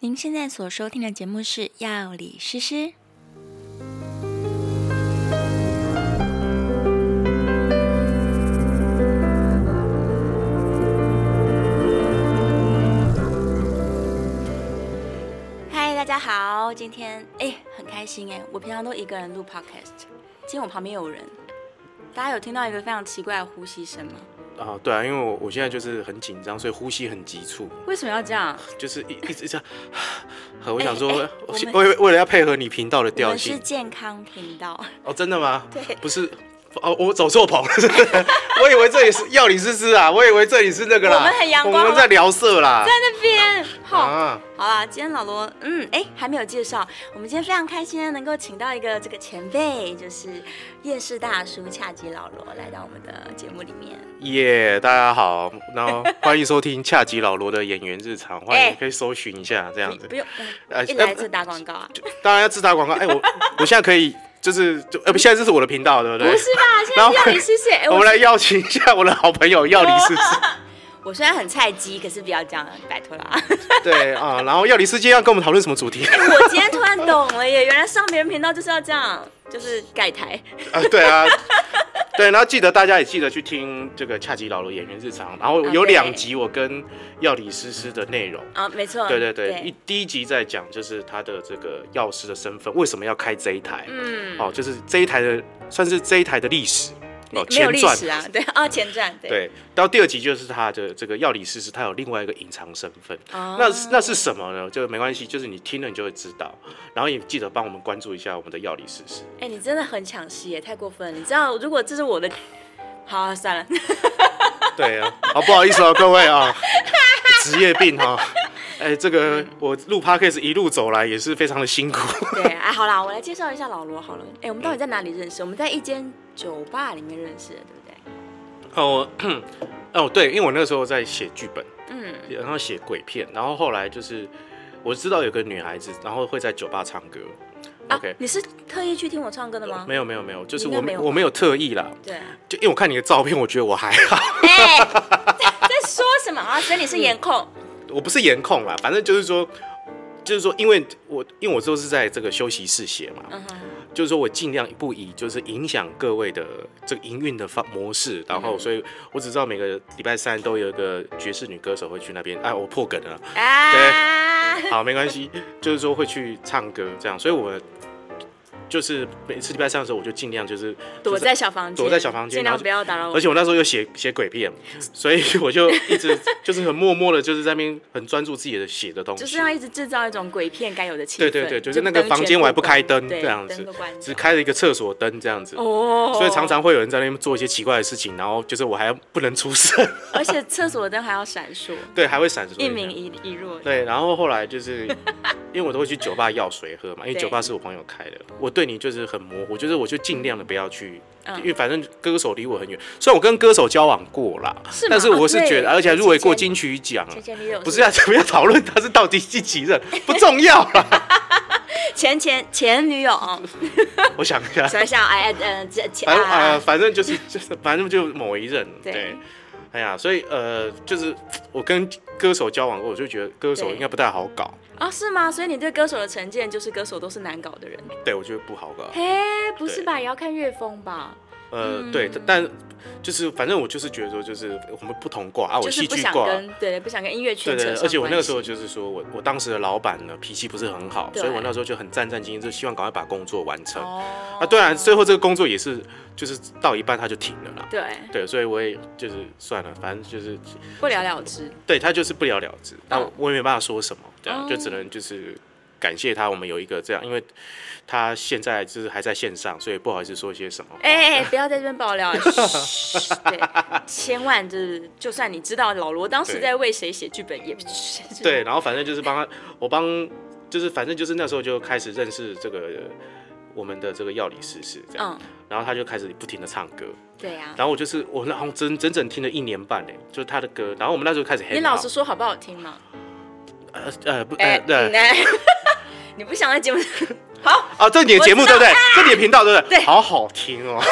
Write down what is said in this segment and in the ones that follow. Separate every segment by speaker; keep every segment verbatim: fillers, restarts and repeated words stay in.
Speaker 1: 您现在所收听的节目是《药理诗诗》。嗨，大家好，今天哎很开心哎，我平常都一个人录 podcast， 今天我旁边有人，大家有听到一个非常奇怪的呼吸声吗？
Speaker 2: 啊，对啊，因为我我现在就是很紧张，所以呼吸很急促。
Speaker 1: 为什么要这样？
Speaker 2: 就是一一直这样。我想说，
Speaker 1: 欸欸、
Speaker 2: 我为为了要配合你频道的调性。
Speaker 1: 我们是健康频道。
Speaker 2: 哦，真的吗？
Speaker 1: 对，
Speaker 2: 不是。哦，我走错棚了，我以为这里是药理诗诗啊，我以为这里是那个啦，
Speaker 1: 我们很阳光，
Speaker 2: 我们在聊色啦，
Speaker 1: 在那边。好，
Speaker 2: 啊、
Speaker 1: 好啦，今天老罗，嗯，哎，还没有介绍，我们今天非常开心的能够请到一个这个前辈，就是夜市大叔恰吉老罗来到我们的节目里面。
Speaker 2: 耶、yeah, 大家好，然后欢迎收听恰吉老罗的演员日常，欢迎可以搜寻一下这样子。
Speaker 1: 不用，呃，一来就打广告啊，
Speaker 2: 当然要自打广告。哎，我我现在可以。就是就呃不，现在这是我的频道，对不对？
Speaker 1: 不是吧？现在是药理诗诗。
Speaker 2: 我们来邀请一下我的好朋友药理诗诗。
Speaker 1: 我虽然很菜鸡，可是不要这样，拜托啦。
Speaker 2: 对啊，然后药理诗今天要跟我们讨论什么主题？
Speaker 1: 欸、我今天突然懂了耶，原来上别人频道就是要这样，就是盖台。
Speaker 2: 啊，对啊。对，然后记得大家也记得去听这个恰吉老罗演员日常，然后有两集我跟药理诗诗的内容
Speaker 1: 啊，没错，
Speaker 2: 对对对，对一第一集在讲就是他的这个药师的身份，为什么要开这一台，嗯，哦，就是这一台的算是这一台的历史。
Speaker 1: 哦，没有历史啊，对啊，前传，对。
Speaker 2: 对，到第二集就是他的这个药理诗诗，他有另外一个隐藏身份，哦、那那是什么呢？就没关系，就是你听了你就会知道，然后也记得帮我们关注一下我们的药理诗诗。
Speaker 1: 哎、欸，你真的很抢戏耶，太过分了！你知道，如果这是我的，好、啊，算了。
Speaker 2: 对啊，好不好意思哦，各位啊，职业病哈。哎、欸，这个我录 podcast 一路走来也是非常的辛苦。
Speaker 1: 对，哎，好啦，我来介绍一下老罗好了。哎、欸，我们到底在哪里认识？我们在一间酒吧里面认识的，对不对？
Speaker 2: 哦，哦，对，因为我那个时候在写剧本，嗯，然后写鬼片，然后后来就是我知道有个女孩子，然后会在酒吧唱歌。
Speaker 1: 啊 OK， 你是特意去听我唱歌的吗？
Speaker 2: 没有没有没有，就是我没我没有特意啦。
Speaker 1: 对，
Speaker 2: 就因为我看你的照片，我觉得我还好。
Speaker 1: 哎、欸，在说什么啊？所以你是颜控？
Speaker 2: 我不是颜控啦，反正就是说，就是说，因为我因为我都是在这个休息室写嘛，嗯、就是说我尽量不以就是影响各位的这个营运的方模式，然后，所以我只知道每个礼拜三都有一个爵士女歌手会去那边，哎，我破梗了，啊、对，好，没关系，就是说会去唱歌这样，所以我。就是每次礼拜三的时候，我就尽量就是
Speaker 1: 躲在小房间，
Speaker 2: 躲在小房间，
Speaker 1: 尽量不要打扰我。
Speaker 2: 而且我那时候又写写鬼片，所以我就一直就是很默默的，就是在那边很专注自己的写的东西，
Speaker 1: 就是要一直制造一种鬼片该有的气氛。
Speaker 2: 对对对，就是那个房间我还不开灯这样子，只开了一个厕所灯这样子。哦，所以常常会有人在那边做一些奇怪的事情，然后就是我还不能出声，
Speaker 1: 而且厕所灯还要闪烁，
Speaker 2: 对，还会闪烁，
Speaker 1: 一明一一弱。
Speaker 2: 对，然后后来就是因为我都会去酒吧要水喝嘛，因为酒吧是我朋友开的，我对你就是很模糊，我觉得我就尽量的不要去，嗯、因为反正歌手离我很远。虽然我跟歌手交往过啦，是但是我是觉得，而且还入围过金曲奖，不是要怎么样讨论他是到底第几任，不重要啦。
Speaker 1: 前前前女友，
Speaker 2: 我想一下，
Speaker 1: 想一下，哎呃，前
Speaker 2: 反正呃，反正就是就是反正就某一任，对。对哎呀，所以呃，就是我跟歌手交往过，我就觉得歌手应该不太好搞
Speaker 1: 啊、哦，是吗？所以你对歌手的成见就是歌手都是难搞的人？
Speaker 2: 对，我觉得不好搞。
Speaker 1: 嘿，不是吧？也要看乐风吧？
Speaker 2: 呃，嗯、对，但就是反正我就是觉得说，就是我们不同挂啊，我戏剧挂，
Speaker 1: 对，不想跟音乐圈扯上关系。
Speaker 2: 对对，而且我那个时候就是说我我当时的老板呢脾气不是很好，所以我那时候就很战战兢兢，就希望赶快把工作完成。哦、啊，当然最后这个工作也是就是到一半他就停了啦。对对，所以我也就是算了，反正就是
Speaker 1: 不了了之。对，
Speaker 2: 他就是不了了之，那、哦、我也没办法说什么，这样、哦、就只能就是感谢他，我们有一个这样，因为。他现在就是还在线上，所以不好意思说些什么。
Speaker 1: 哎、欸欸，不要在这边爆料，对，千万就是，就算你知道老罗当时在为谁写剧本，也
Speaker 2: 对。然后反正就是帮他，我帮，就是反正就是那时候就开始认识这个我们的这个药理诗诗这样、嗯，然后他就开始不停的唱歌。
Speaker 1: 对呀、啊。
Speaker 2: 然后我就是我好像整整整听了一年半嘞，就是他的歌。然后我们那时候开始 hang out。
Speaker 1: 你老实说好不好听吗？
Speaker 2: 呃呃不呃对。
Speaker 1: 欸、你不想在节目？好
Speaker 2: 啊，这你的节目对不对？这你的频道对不对？
Speaker 1: 对，
Speaker 2: 好好听哦。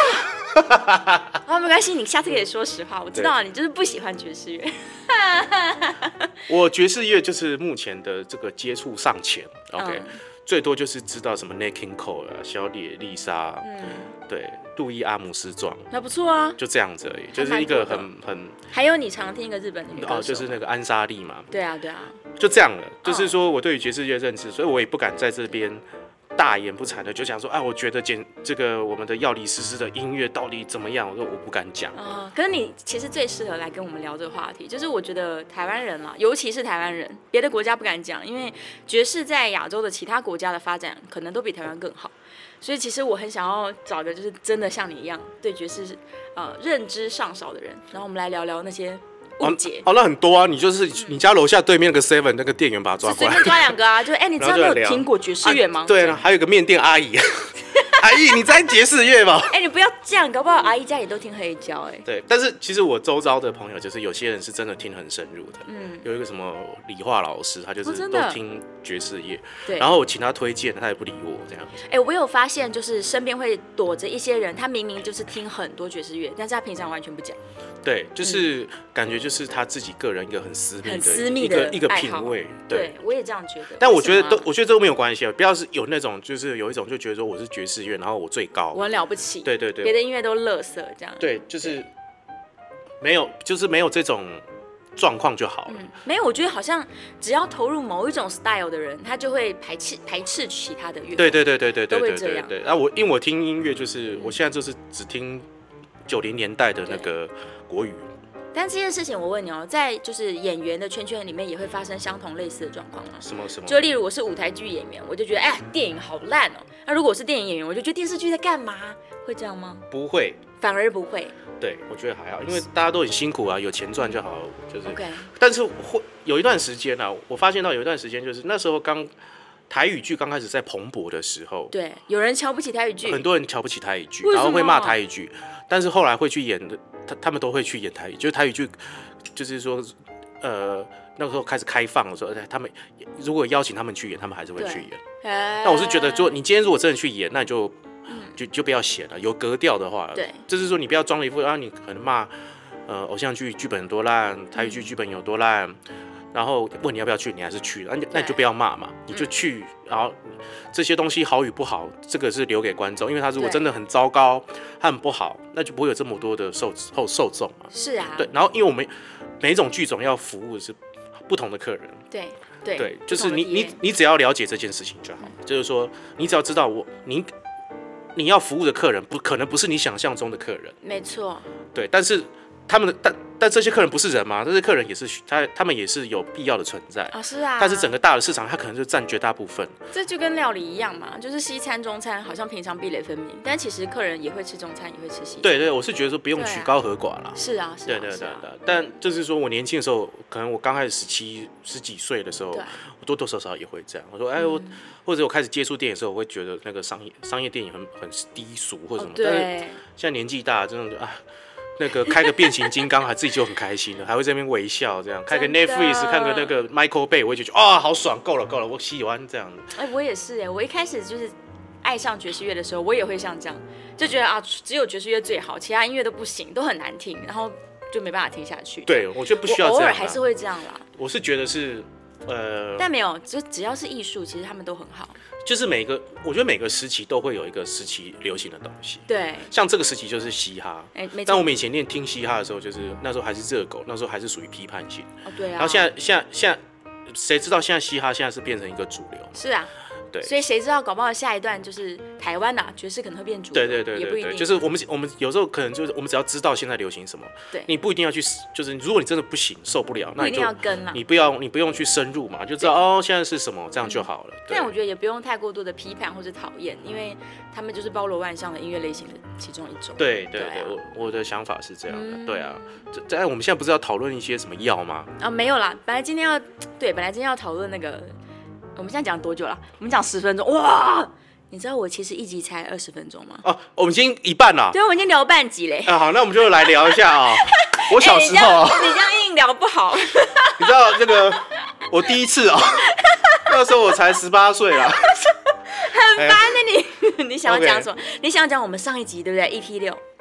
Speaker 1: 哦，没关系，你下次可以说实话，我知道你就是不喜欢爵士乐。
Speaker 2: 我爵士乐就是目前的这个接触尚浅 ，OK，、嗯、最多就是知道什么 Nat King Cole 啊、小野丽莎，嗯，对，路易阿姆斯壮，
Speaker 1: 那不错啊，
Speaker 2: 就这样子而已，就是一个很很。
Speaker 1: 还有你常听一个日本的女歌手哦，
Speaker 2: 就是那个安莎莉嘛。
Speaker 1: 对啊，对啊，
Speaker 2: 就这样了。就是说我对于爵士乐认知，所以我也不敢在这边大言不惭的就讲说，啊，我觉得简这个我们的药理实施的音乐到底怎么样？我说我不敢讲。
Speaker 1: 哦，可是你其实最适合来跟我们聊这个话题，就是我觉得台湾人啦，尤其是台湾人，别的国家不敢讲，因为爵士在亚洲的其他国家的发展可能都比台湾更好。所以其实我很想要找个就是真的像你一样对爵士呃认知尚少的人，然后我们来聊聊那些误解。
Speaker 2: 哦，那很多啊，你就是、嗯、你家楼下对面那个 seven 那个店员把他抓过来，
Speaker 1: 随便抓两个啊，就哎、欸，你知道你有听过爵士乐吗？
Speaker 2: 啊对啊，还有一个面店阿姨。阿姨，你在爵士乐吗？
Speaker 1: 哎、欸，你不要这样，搞不好阿姨家里都听黑胶哎、欸。
Speaker 2: 对，但是其实我周遭的朋友，就是有些人是真的听很深入的。嗯，有一个什么理化老师，他就是都听爵士乐。对、哦。然后我请他推荐，他也不理我这样。
Speaker 1: 哎、欸，我有发现，就是身边会躲着一些人，他明明就是听很多爵士乐，但是他平常完全不讲。
Speaker 2: 对，就是感觉就是他自己个人一个很私密的、
Speaker 1: 很私密的
Speaker 2: 一个一个品味。
Speaker 1: 对，对我也这样觉得。
Speaker 2: 但我觉得都，我觉得这都没有关系啊，不要是有那种，就是有一种就觉得说我是爵士乐，然后我最高，
Speaker 1: 我很了不起。
Speaker 2: 对对对，
Speaker 1: 别的音乐都垃圾这样。
Speaker 2: 对，就是没有，就是没有这种状况就好了、嗯。
Speaker 1: 没有，我觉得好像只要投入某一种 style 的人，他就会排斥排斥其他的乐。
Speaker 2: 对对对对对对对
Speaker 1: 对对
Speaker 2: 对。那、啊、我因为我听音乐就是，我现在就是只听九零年代的那个国语。
Speaker 1: 但这件事情，我问你哦，在就是演员的圈圈里面，也会发生相同类似的状况吗？
Speaker 2: 什么什么？
Speaker 1: 就例如我是舞台剧演员，我就觉得哎，电影好烂哦。那如果我是电影演员，我就觉得电视剧在干嘛？会这样吗？
Speaker 2: 不会，
Speaker 1: 反而不会。
Speaker 2: 对，我觉得还好，因为大家都很辛苦啊，有钱赚就好，就是。
Speaker 1: OK。
Speaker 2: 但是会有一段时间啊，我发现到有一段时間就是那时候刚台语剧刚开始在蓬勃的时候，
Speaker 1: 对，有人瞧不起台语剧，
Speaker 2: 很多人瞧不起台语剧，然后会骂台语剧，但是后来会去演的。他他们都会去演台语，就是台语剧，就是说，呃，那个时候开始开放的时候，他们如果邀请他们去演，他们还是会去演。那我是觉得，说你今天如果真的去演，那你就、嗯、就就不要写了，有格调的话，对，就是说你不要装了一副啊，你可能骂呃偶像剧剧本多烂，台语剧剧本有多烂。嗯，然后问你要不要去，你还是去，那那你就不要骂嘛，你就去。然后这些东西好与不好，这个是留给观众，因为他如果真的很糟糕，他很不好，那就不会有这么多的受受受众嘛。
Speaker 1: 是啊。对，
Speaker 2: 然后因为我们每一种剧种要服务的是不同的客人。
Speaker 1: 对对
Speaker 2: 对，就是你你你只要了解这件事情就好，嗯、就是说你只要知道我你你要服务的客人不可能不是你想象中的客人。
Speaker 1: 没错。
Speaker 2: 对，但是他们的但。但这些客人不是人吗？这些客人也是他，他们也是有必要的存在
Speaker 1: 啊、哦，是啊。
Speaker 2: 但是整个大的市场，它可能就占绝大部分。
Speaker 1: 这就跟料理一样嘛，就是西餐、中餐好像平常壁垒分明，但其实客人也会吃中餐，也会吃西餐。
Speaker 2: 对对，我是觉得说不用曲高和寡啦。
Speaker 1: 是啊，是啊。
Speaker 2: 对对对对。但就是说我年轻的时候，可能我刚开始十七、十几岁的时候，我多多少少也会这样。我说，哎，我、嗯、或者我开始接触电影的时候，我会觉得那个商业商业电影很很低俗或者什么。哦、对。但是现在年纪大，真的啊。那个开个变形金刚，还自己就很开心了，还会在那边微笑，这样开个 Netflix 看个那个 Michael Bay， 我会觉得啊、哦，好爽，够了够了，我喜欢这样的。
Speaker 1: 哎、欸，我也是哎，我一开始就是爱上爵士乐的时候，我也会像这样，就觉得啊，只有爵士乐最好，其他音乐都不行，都很难听，然后就没办法听下去。
Speaker 2: 对，我觉得不需要这样，
Speaker 1: 偶尔还是会这样啦。
Speaker 2: 我是觉得是呃，
Speaker 1: 但没有，就只要是艺术，其实他们都很好。
Speaker 2: 就是每个，我觉得每个时期都会有一个时期流行的东西。
Speaker 1: 对，
Speaker 2: 像这个时期就是嘻哈。哎、欸，但我们以前念听嘻哈的时候，就是那时候还是热狗，那时候还是属于批判性。
Speaker 1: 哦，对啊。
Speaker 2: 然后现在，现在，现在，谁知道现在嘻哈现在是变成一个主流？
Speaker 1: 是啊。对，所以谁知道，搞不好下一段就是台湾的、啊、爵士可能会变主
Speaker 2: 流。对对对对对，就是我们我们有时候可能就是我们只要知道现在流行什么，对，你不一定要去，就是如果你真的不行受不了，那你就
Speaker 1: 不一定要跟啦，
Speaker 2: 你不要你不用去深入嘛，就知道哦现在是什么，这样就好了。嗯、
Speaker 1: 但我觉得也不用太过多的批判或者讨厌，因为他们就是包罗万象的音乐类型的其中一种。
Speaker 2: 对对对，对啊、我我的想法是这样的，嗯、对啊。在我们现在不是要讨论一些什么药吗？
Speaker 1: 啊，没有啦，本来今天要对，本来今天要讨论那个。我们现在讲多久了？我们讲十分钟，哇！你知道我其实一集才二十分钟吗？
Speaker 2: 哦，我们已经一半了。
Speaker 1: 对，我们已经聊半集嘞。
Speaker 2: 啊，好，那我们就来聊一下啊、哦。我小时候、
Speaker 1: 欸，你这样硬聊不好。
Speaker 2: 你知道这个，我第一次啊、哦，那时候我才十八岁啦。
Speaker 1: 很烦的你，你想要讲什么？ Okay. 你想要讲我们上一集对不对 ？E P 六。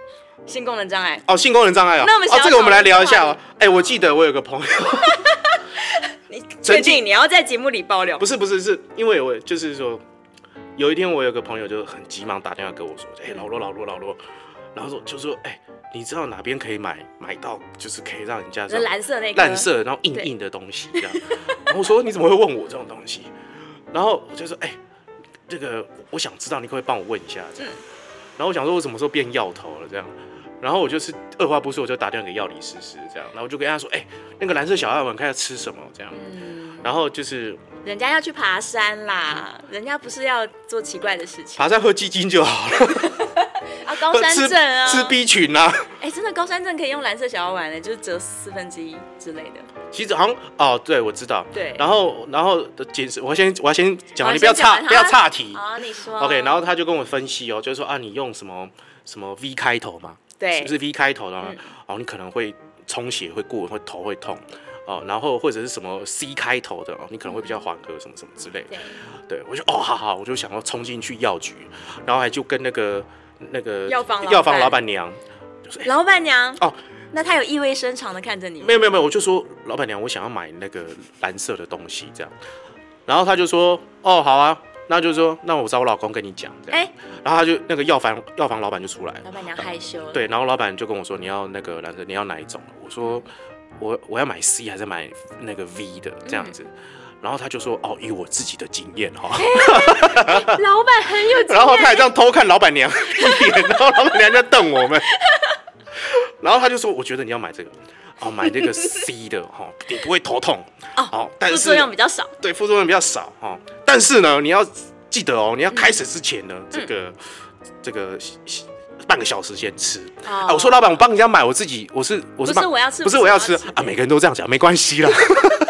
Speaker 1: 性功能障碍
Speaker 2: 哦，性功能障碍哦。
Speaker 1: 那我们
Speaker 2: 哦，这个我们来聊一下哦。哎，我记得我有个朋友，
Speaker 1: 你确定你要在节目里爆料？
Speaker 2: 不是不是，是因为我就是说，有一天我有个朋友就很急忙打电话跟我说，哎，老罗老罗老罗，然后说就说，哎，你知道哪边可以买买到，就是可以让人家
Speaker 1: 蓝色那个
Speaker 2: 蓝色然后硬硬的东西这样。然后我说你怎么会问我这种东西？然后我就说，哎，这个我想知道，你可不可以帮我问一下这样？然后我想说，我什么时候变药头了这样？然后我就是二话不说，我就打电话给药理师师这样，然后我就跟他说，哎、欸，那个蓝色小药丸开始吃什么这样？嗯、然后就是
Speaker 1: 人家要去爬山啦，人家不是要做奇怪的事情，
Speaker 2: 爬山喝鸡精就好了。
Speaker 1: 啊，高山症啊，
Speaker 2: 吃 B 群啊。
Speaker 1: 哎、欸，真的高山症可以用蓝色小药丸的，就是折四分之一之类的。
Speaker 2: 其实好像哦，对，我知道。
Speaker 1: 对。
Speaker 2: 然后，然后的解释，我先我要先讲，你不要岔不要岔题。
Speaker 1: 好，你说。
Speaker 2: OK， 然后他就跟我分析哦，就是说啊，你用什么什么 V 开头嘛，
Speaker 1: 对，
Speaker 2: 是不是 V 开头的？
Speaker 1: 嗯、
Speaker 2: 哦，你可能会充血会过，会头会痛。哦，然后或者是什么 C 开头的哦，你可能会比较缓和，什么什么之类的。对，对我就哦，好好，我就想要冲进去药局，然后还就跟那个那个
Speaker 1: 药房
Speaker 2: 药房老板娘，
Speaker 1: 就是欸、老板娘
Speaker 2: 哦。
Speaker 1: 那他有意味深长的看着你吗？
Speaker 2: 没有没有没有，我就说老板娘，我想要买那个蓝色的东西这样，然后他就说哦好啊，那就说那我找我老公跟你讲这样，欸、然后他就那个药房药房老板就出来了，
Speaker 1: 老板娘害羞了，
Speaker 2: 对，然后老板就跟我说你要那个蓝色，你要哪一种？我说我我要买 C 还是买那个 V 的这样子。嗯，然后他就说：“哦，以我自己的经验哈，
Speaker 1: 欸、老板很有经验。”
Speaker 2: 然后他还这样偷看老板娘一眼，然后老板娘在瞪我们。然后他就说：“我觉得你要买这个，哦，买这个 C 的哈，你不会头痛
Speaker 1: 哦，但是副作用比较少，
Speaker 2: 对，副作用比较少哈。但是呢，你要记得哦，你要开始之前呢，嗯、这个、嗯、这个半个小时先吃。哦、啊，我说老板，我帮人家买，我自己我是我是
Speaker 1: 不是我要吃，
Speaker 2: 不是我要吃啊，每个人都这样讲，没关系啦。”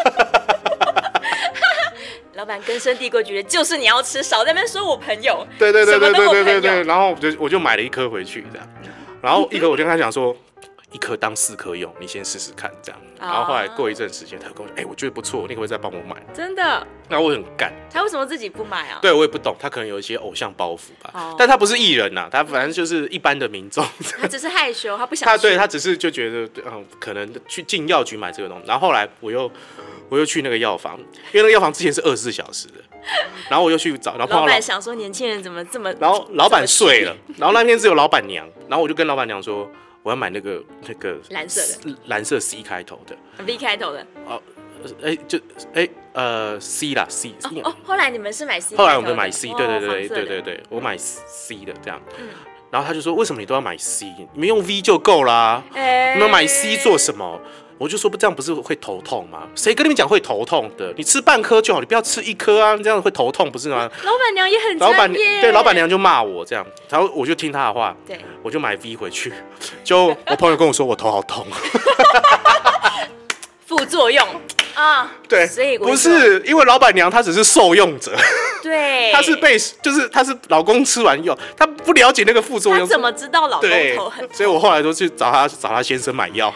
Speaker 1: 老板根深蒂固觉得就是你要吃，少在那边说我朋友。
Speaker 2: 对对对对对对对对。然后我就我就买了一颗回去这样，然后一颗我就跟他讲说，一颗当四颗用，你先试试看这样。然后后来过一阵时间，他跟我说，哎、欸，我觉得不错，你可不可以再帮我买？
Speaker 1: 真的？
Speaker 2: 然后我很干。
Speaker 1: 他为什么自己不买啊？
Speaker 2: 对我也不懂，他可能有一些偶像包袱吧。哦、但他不是艺人呐、啊，他反正就是一般的民众。
Speaker 1: 他只是害羞，他不想。
Speaker 2: 他对他只是就觉得，嗯，可能去进药局买这个东西。然后后来我又。我又去那个药房，因为那个药房之前是二十四小时的，然后我又去找，然后碰到
Speaker 1: 老板想说年轻人怎么这么，
Speaker 2: 然后老板睡了，然后那天只有老板娘，然后我就跟老板娘说我要买那个那个
Speaker 1: 蓝色的，
Speaker 2: 蓝色 C 开头的
Speaker 1: ，V 开头的，
Speaker 2: 哦，哎就哎呃 C 啦 C，
Speaker 1: 哦哦，后来你们是买 C，
Speaker 2: 后来我们买 C， 对对对
Speaker 1: 对
Speaker 2: 对对对，我买 C 的这样，嗯，然后他就说为什么你都要买 C， 你们用 V 就够啦，欸、你们买 C 做什么？我就说不这样不是会头痛吗？谁跟你们讲会头痛的？你吃半颗就好，你不要吃一颗啊，这样会头痛不是吗？
Speaker 1: 老板娘也很
Speaker 2: 老板对老板娘就骂我这样，然后我就听她的话，
Speaker 1: 对，
Speaker 2: 我就买 V 回去。就我朋友跟我说我头好痛，
Speaker 1: 副作用啊，
Speaker 2: 对，
Speaker 1: 所以
Speaker 2: 不是因为老板娘她只是受用者，
Speaker 1: 对，
Speaker 2: 她是被就是她是老公吃完药，她不了解那个副作用，
Speaker 1: 她怎么知道老公头很痛？
Speaker 2: 所以我后来都去找她找她先生买药。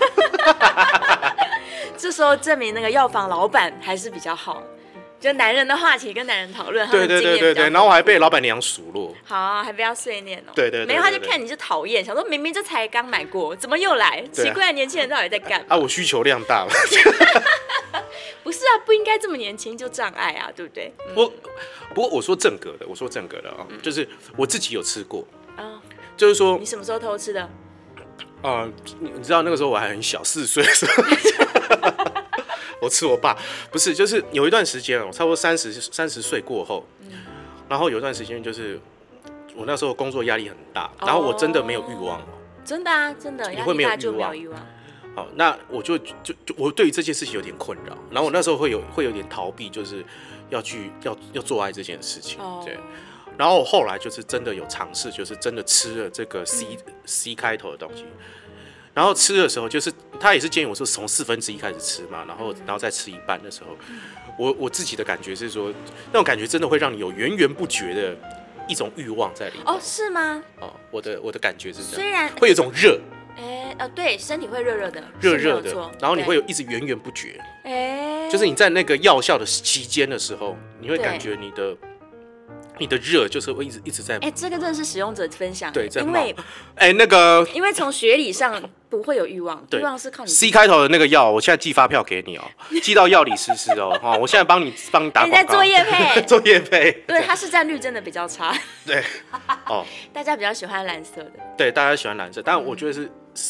Speaker 1: 这时候证明那个药房老板还是比较好，就男人的话题跟男人讨论，
Speaker 2: 对对对对对，然后我还被老板娘数落，
Speaker 1: 好、啊，还不要碎念哦。
Speaker 2: 对 对, 對, 對, 對, 對，
Speaker 1: 没有他就看你就讨厌，想说明明这才刚买过，怎么又来？奇怪，年轻人到底在干嘛？
Speaker 2: 啊，我需求量大了。
Speaker 1: 不是啊，不应该这么年轻就障碍啊，对不对？嗯、
Speaker 2: 我不过我说正格的，我说正格的啊、嗯，就是我自己有吃过啊，
Speaker 1: 哦、
Speaker 2: 就是说
Speaker 1: 你什么时候偷吃的？
Speaker 2: 呃，你知道那个时候我还很小，四岁的时候，我吃我爸，不是，就是有一段时间，我差不多三十三十岁过后、嗯，然后有一段时间就是我那时候工作压力很大，然后我真的没有欲望、哦，
Speaker 1: 真的啊，真的，
Speaker 2: 你会没有
Speaker 1: 欲望，欲望。
Speaker 2: 好，那我就就就我对于这件事情有点困扰，然后我那时候会有会有点逃避，就是要去要要做爱这件事情，哦、对。然后后来就是真的有尝试，就是真的吃了这个 C、嗯、C 开头的东西。然后吃的时候，就是他也是建议我说从四分之一开始吃嘛，然后然后再吃一半的时候，我我自己的感觉是说，那种感觉真的会让你有源源不绝的一种欲望在里面。
Speaker 1: 哦，是吗？
Speaker 2: 哦，我的我的感觉是这样，
Speaker 1: 虽然
Speaker 2: 会有一种热，
Speaker 1: 哎呃，对，身体会热热的，
Speaker 2: 热热的，然后你会有一直源源不绝，
Speaker 1: 哎，
Speaker 2: 就是你在那个药效的期间的时候，你会感觉你的你的热就是会一直一直在。
Speaker 1: 哎、欸，这个真的是使用者分享。
Speaker 2: 对，在
Speaker 1: 因为
Speaker 2: 哎、欸、那个，
Speaker 1: 因为从学理上不会有欲望，欲望是靠你
Speaker 2: C 开头的那个药，我现在寄发票给你哦、喔，寄到药理诗诗哦，哈，我现在帮你帮你打广告。
Speaker 1: 你在做业配，
Speaker 2: 做业配。
Speaker 1: 对，它市占率真的比较差。
Speaker 2: 对，哦，
Speaker 1: 大家比较喜欢蓝色的。
Speaker 2: 对，大家喜欢蓝色，但我觉得是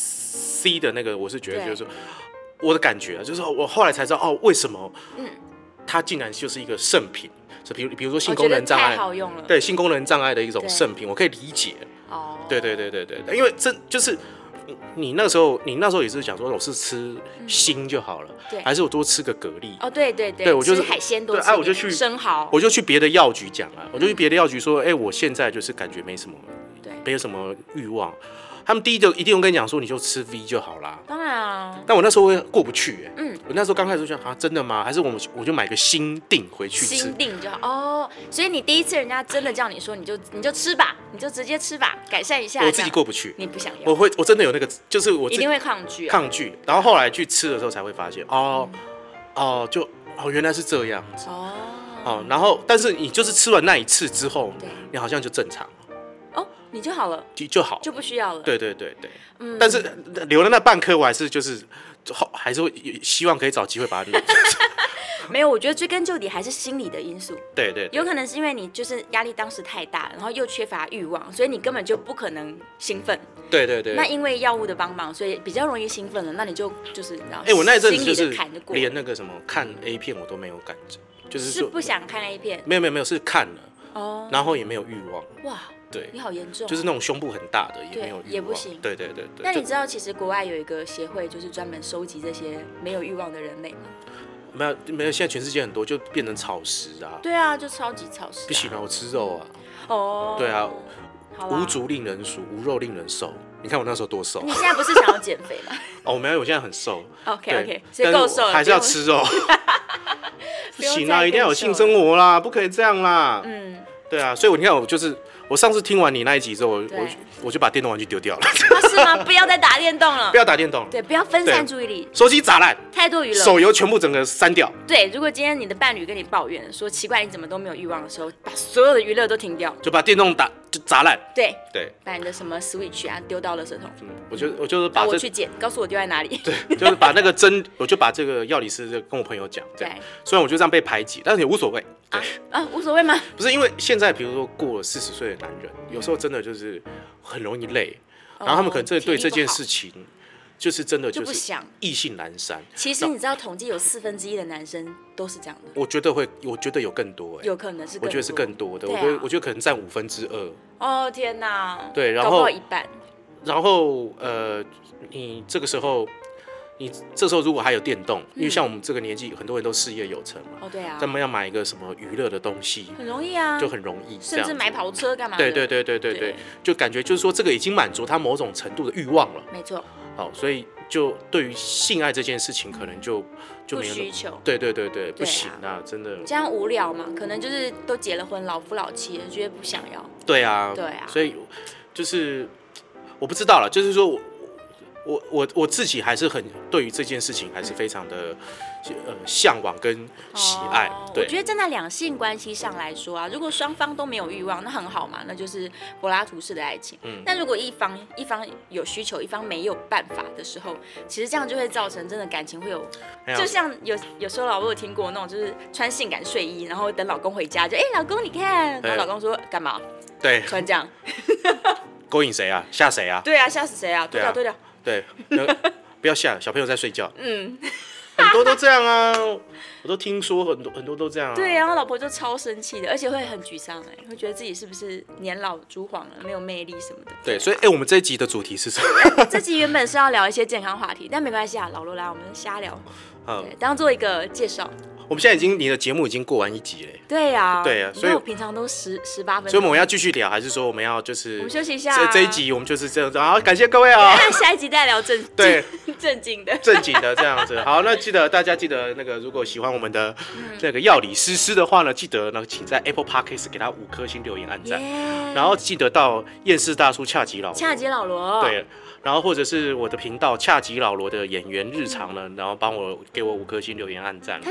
Speaker 2: C 的那个，我是觉得就是说，我的感觉啊，就是我后来才知道哦，为什么，嗯，它竟然就是一个圣品。比如比如说性功能障碍，对性功能障碍的一种圣品，我可以理解。哦，对对对对对，因为这就是你那时候，你那时候也是想说，我是吃锌就好了，嗯、还是我多吃个蛤蜊？
Speaker 1: 哦，对对对，
Speaker 2: 对我就是
Speaker 1: 吃海鲜多吃，
Speaker 2: 对啊，我就去
Speaker 1: 生蚝，
Speaker 2: 我就去别的药局讲啊，我就去别的药局说，哎、欸，我现在就是感觉没什么，对，没有什么欲望。他们第一就一定会跟你讲说，你就吃 V 就好啦。
Speaker 1: 当然啊。
Speaker 2: 但我那时候会过不去、欸，嗯，我那时候刚开始就想啊，真的吗？还是我们我就买个锌锭回去吃。
Speaker 1: 锌锭就好哦。所以你第一次人家真的叫你说，你就你就吃吧，你就直接吃吧，改善一下。
Speaker 2: 我自己过不去，
Speaker 1: 你不想要。
Speaker 2: 我会，我真的有那个，就是我
Speaker 1: 一定会抗拒、啊。
Speaker 2: 抗拒。然后后来去吃的时候才会发现，哦，嗯、哦，就哦原来是这样子。哦。哦，然后但是你就是吃完那一次之后，你好像就正常。
Speaker 1: 你就好了，
Speaker 2: 就就好，
Speaker 1: 就不需要了。
Speaker 2: 对对对对，嗯。但是留了那半颗，我还是就是还是会希望可以找机会把它。
Speaker 1: 没有，我觉得追根究底还是心理的因素。
Speaker 2: 对 对, 对，
Speaker 1: 有可能是因为你就是压力当时太大，然后又缺乏欲望，所以你根本就不可能兴奋。
Speaker 2: 对对对。
Speaker 1: 那因为药物的帮忙，所以比较容易兴奋了。那你就就是然后，
Speaker 2: 哎、欸，我那一阵子就是连那个什么看 A 片我都没有感觉，就是
Speaker 1: 是不想看 A 片。
Speaker 2: 没有没有没有，是看了哦，然后也没有欲望。哇。对，
Speaker 1: 你好严重，
Speaker 2: 就是那种胸部很大的也没有欲望，
Speaker 1: 也不行。
Speaker 2: 对对对对。
Speaker 1: 那你知道其实国外有一个协会，就是专门收集这些没有欲望的人类吗？
Speaker 2: 没有没有，现在全世界很多就变成草食啊。
Speaker 1: 对啊，就超级草食、啊。
Speaker 2: 不行啊，我吃肉啊。
Speaker 1: 哦。
Speaker 2: 对啊，无足令人熟，无肉令人瘦。你看我那时候多瘦。
Speaker 1: 你现在不是想要减肥吗？
Speaker 2: 哦，没有，我现在很瘦。
Speaker 1: OK OK， 所以够瘦了，
Speaker 2: 还是要吃肉。不行啊，一定要有性生活啦，不可以这样啦。嗯。对啊，所以我你看我就是。我上次听完你那一集之后，我我就把电动玩具丢掉了。
Speaker 1: 是吗？不要再打电动了。
Speaker 2: 不要打电动。
Speaker 1: 对，不要分散注意力。
Speaker 2: 手机砸烂。
Speaker 1: 太多娱乐。
Speaker 2: 手游全部整个删掉。
Speaker 1: 对，如果今天你的伴侣跟你抱怨说奇怪你怎么都没有欲望的时候，把所有的娱乐都停掉，
Speaker 2: 就把电动打就砸烂。
Speaker 1: 对
Speaker 2: 对，
Speaker 1: 把你的什么 Switch 啊丢到垃圾桶。
Speaker 2: 嗯，我就我就是把
Speaker 1: 我去捡，告诉我丢在哪里。
Speaker 2: 对，就是把那个针，我就把这个药理师跟我朋友讲，对，虽然我就这样被排挤，但是也无所谓。
Speaker 1: 啊啊，无所谓吗？
Speaker 2: 不是，因为现在比如说过了四十岁的男人，有时候真的就是很容易累，然后他们可能真的对这件事情，就是真的就是意兴阑珊。
Speaker 1: 其实你知道，统计有四分之一的男生都是这样的。
Speaker 2: 我觉得会，我觉得有更多，
Speaker 1: 有可能是，
Speaker 2: 我觉得是更多的。我觉得，我觉得可能占五分之二。
Speaker 1: 哦天哪！
Speaker 2: 对，然后
Speaker 1: 一半。
Speaker 2: 然后呃，你这个时候。你这时候如果还有电动，因为像我们这个年纪，很多人都事业有成嘛，
Speaker 1: 哦对啊，
Speaker 2: 他们要买一个什么娱乐的东西，
Speaker 1: 很容易啊，
Speaker 2: 就很容易，
Speaker 1: 甚至买跑车干嘛？
Speaker 2: 对对对对对对，就感觉就是说这个已经满足他某种程度的欲望了，
Speaker 1: 没错。
Speaker 2: 好，所以就对于性爱这件事情，可能就就没有
Speaker 1: 需求，
Speaker 2: 对对对对，不行啊，真的
Speaker 1: 这样无聊嘛？可能就是都结了婚，老夫老妻了，觉得不想要。
Speaker 2: 对啊，
Speaker 1: 对啊，
Speaker 2: 所以就是我不知道了，就是说我。我我我自己还是很对于这件事情还是非常的呃向往跟喜爱。
Speaker 1: 哦、
Speaker 2: 对，
Speaker 1: 我觉得站在两性关系上来说啊，如果双方都没有欲望，那很好嘛，那就是柏拉图式的爱情。嗯。但如果一方一方有需求，一方没有办法的时候，其实这样就会造成真的感情会有，就像有有时候老我有听过那种，就是穿性感睡衣，然后等老公回家就哎、欸、老公你看，然后老公说干嘛？
Speaker 2: 对，
Speaker 1: 穿这样。
Speaker 2: 勾引谁啊？吓谁啊？
Speaker 1: 对啊，吓死谁啊？对掉对掉。
Speaker 2: 对，不要吓，小朋友在睡觉。嗯，很多都这样啊，我都听说很多很多都这样啊。
Speaker 1: 对，然后老婆就超生气的，而且会很沮丧哎，会觉得自己是不是年老珠黄了，没有魅力什么的。
Speaker 2: 对，所以哎、欸，我们这一集的主题是什么？
Speaker 1: 这集原本是要聊一些健康话题，但没关系啊，老罗来，我们瞎聊，对，当做一个介绍。
Speaker 2: 我们现在已经你的节目已经过完一集嘞。
Speaker 1: 对呀、啊，
Speaker 2: 对呀、啊，所以
Speaker 1: 我平常都十十八分钟，
Speaker 2: 所以我们要继续聊，还是说我们要就是
Speaker 1: 我们休息一下、啊？
Speaker 2: 这这一集我们就是这样子，好，感谢各位啊、
Speaker 1: 哦。下一集再聊正
Speaker 2: 对
Speaker 1: 正经的
Speaker 2: 正经的这样子。好，那记得大家记得那个，如果喜欢我们的那个药理诗诗的话呢，记得呢请在 Apple Podcast 给他五颗星留言按赞， yeah. 然后记得到厌世大叔恰吉老
Speaker 1: 恰吉老罗
Speaker 2: 对。然后或者是我的频道恰吉老罗的演员日常呢，然后帮我给我五颗星留言按赞。
Speaker 1: 他节目都很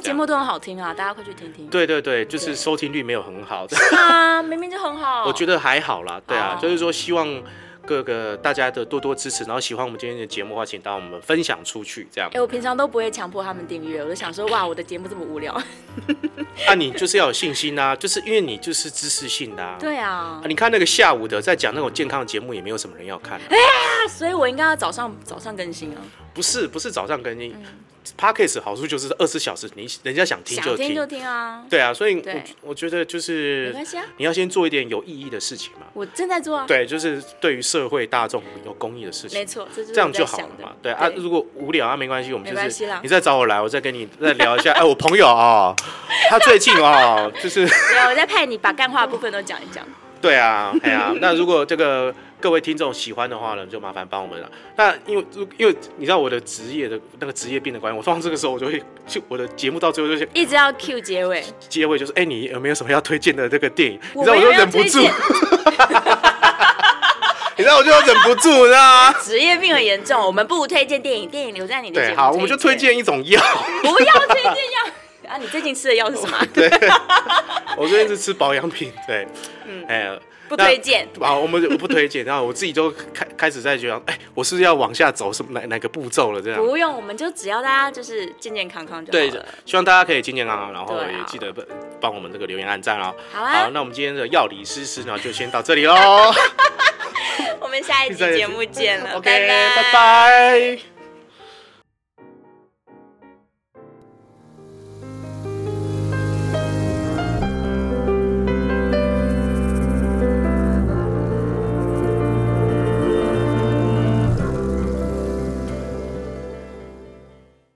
Speaker 1: 很好听啊，大家快去听听。
Speaker 2: 对对对，就是收听率没有很好。
Speaker 1: 啊，明明就很好。
Speaker 2: 我觉得还好啦，对啊，
Speaker 1: 哦、
Speaker 2: 就是说希望各个大家的多多支持，然后喜欢我们今天的节目的话，请帮我们分享出去，这样。
Speaker 1: 哎、欸，我平常都不会强迫他们订阅，我就想说，哇，我的节目这么无聊。
Speaker 2: 啊，你就是要有信心啊，就是因为你就是知识性的啊。
Speaker 1: 对啊。
Speaker 2: 啊你看那个下午的在讲那种健康的节目，也没有什么人要看、啊。
Speaker 1: 哎呀，所以我应该要早上早上更新啊。
Speaker 2: 不是不是早上更新。嗯Podcast 好处就是二十四小时，你人家想听就听，
Speaker 1: 想听就听啊。
Speaker 2: 对啊，所以我我觉得就是
Speaker 1: 没关系啊，
Speaker 2: 你要先做一点有意义的事情嘛。
Speaker 1: 我正在做啊。
Speaker 2: 对，就是对于社会大众有公益的事情。
Speaker 1: 没错，这,
Speaker 2: 这样就好了嘛。对啊，如果无聊啊，没关系，我们就是你再找我来，我再跟你再聊一下。哎，我朋友啊、哦，他最近哦，就是
Speaker 1: 对啊，我再派你把干话的部分都讲一讲。
Speaker 2: 对啊，哎呀、啊，那如果这个。各位听众喜欢的话呢，就麻烦帮我们了。那因为因为你知道我的职业的那个职业病的关系，我通常这个时候我就会就我的节目到最后就是
Speaker 1: 一直要 Q 结尾，
Speaker 2: 结尾就是哎、欸，你有没有什么要推荐的这个电影？你知道我就忍不住，你知道我就忍不住，你知道吗？
Speaker 1: 职业病很严重，我们不推荐电影，电影留在你的节目。
Speaker 2: 对，好，我们就推荐一种药。
Speaker 1: 不要推荐药啊！你最近吃的药是什么？
Speaker 2: 对，我最近是吃保养品，对，嗯，哎、欸。
Speaker 1: 不推荐，
Speaker 2: 好，我们不推荐。然后我自己就开开始在觉得，哎、欸，我是不是要往下走什么哪哪个步骤了？这样
Speaker 1: 不用，我们就只要大家就是健健康康就好了。对，
Speaker 2: 希望大家可以健健康康，然后也记得帮我们这个留言按赞哦。
Speaker 1: 好啊，
Speaker 2: 好，那我们今天的药理诗诗呢，就先到这里喽。
Speaker 1: 我们下一集节目见了，
Speaker 2: okay, 拜拜，拜拜。